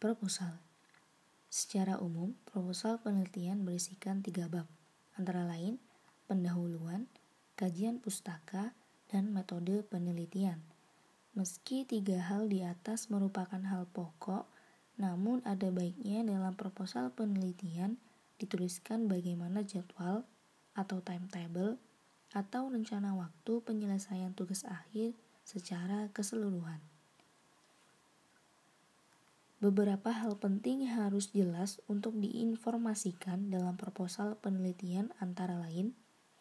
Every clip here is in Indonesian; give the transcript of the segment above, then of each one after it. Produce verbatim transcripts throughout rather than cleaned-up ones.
Proposal. Secara umum, proposal penelitian berisikan tiga bab, antara lain pendahuluan, kajian pustaka, dan metode penelitian. Meski tiga hal di atas merupakan hal pokok, namun ada baiknya dalam proposal penelitian dituliskan bagaimana jadwal atau timetable atau rencana waktu penyelesaian tugas akhir secara keseluruhan. Beberapa hal penting harus jelas untuk diinformasikan dalam proposal penelitian antara lain.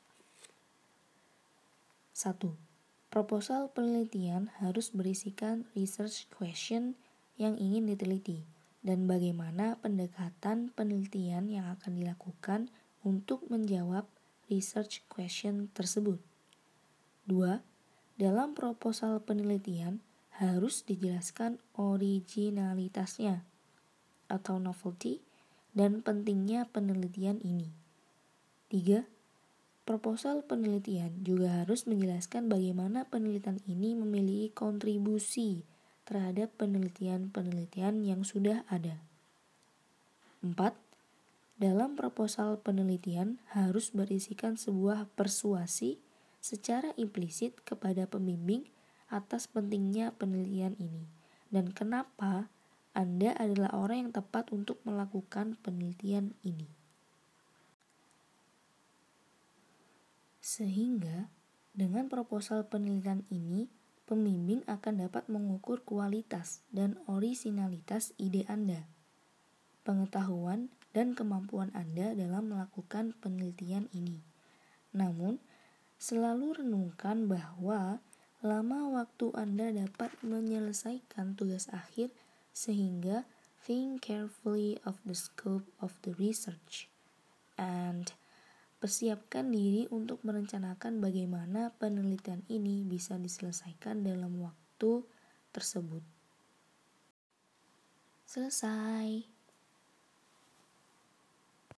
satu. Proposal penelitian harus berisikan research question yang ingin diteliti dan bagaimana pendekatan penelitian yang akan dilakukan untuk menjawab research question tersebut. dua. Dalam proposal penelitian harus dijelaskan originalitasnya atau novelty dan pentingnya penelitian ini. tiga. Proposal penelitian juga harus menjelaskan bagaimana penelitian ini memiliki kontribusi terhadap penelitian-penelitian yang sudah ada. empat. Dalam proposal penelitian harus berisikan sebuah persuasi secara implisit kepada pembimbing atas pentingnya penelitian ini dan kenapa Anda adalah orang yang tepat untuk melakukan penelitian ini. Sehingga dengan proposal penelitian ini, pembimbing akan dapat mengukur kualitas dan orisinalitas ide Anda, pengetahuan dan kemampuan Anda dalam melakukan penelitian ini. Namun, selalu renungkan bahwa lama waktu Anda dapat menyelesaikan tugas akhir sehingga think carefully of the scope of the research and persiapkan diri untuk merencanakan bagaimana penelitian ini bisa diselesaikan dalam waktu tersebut. Selesai.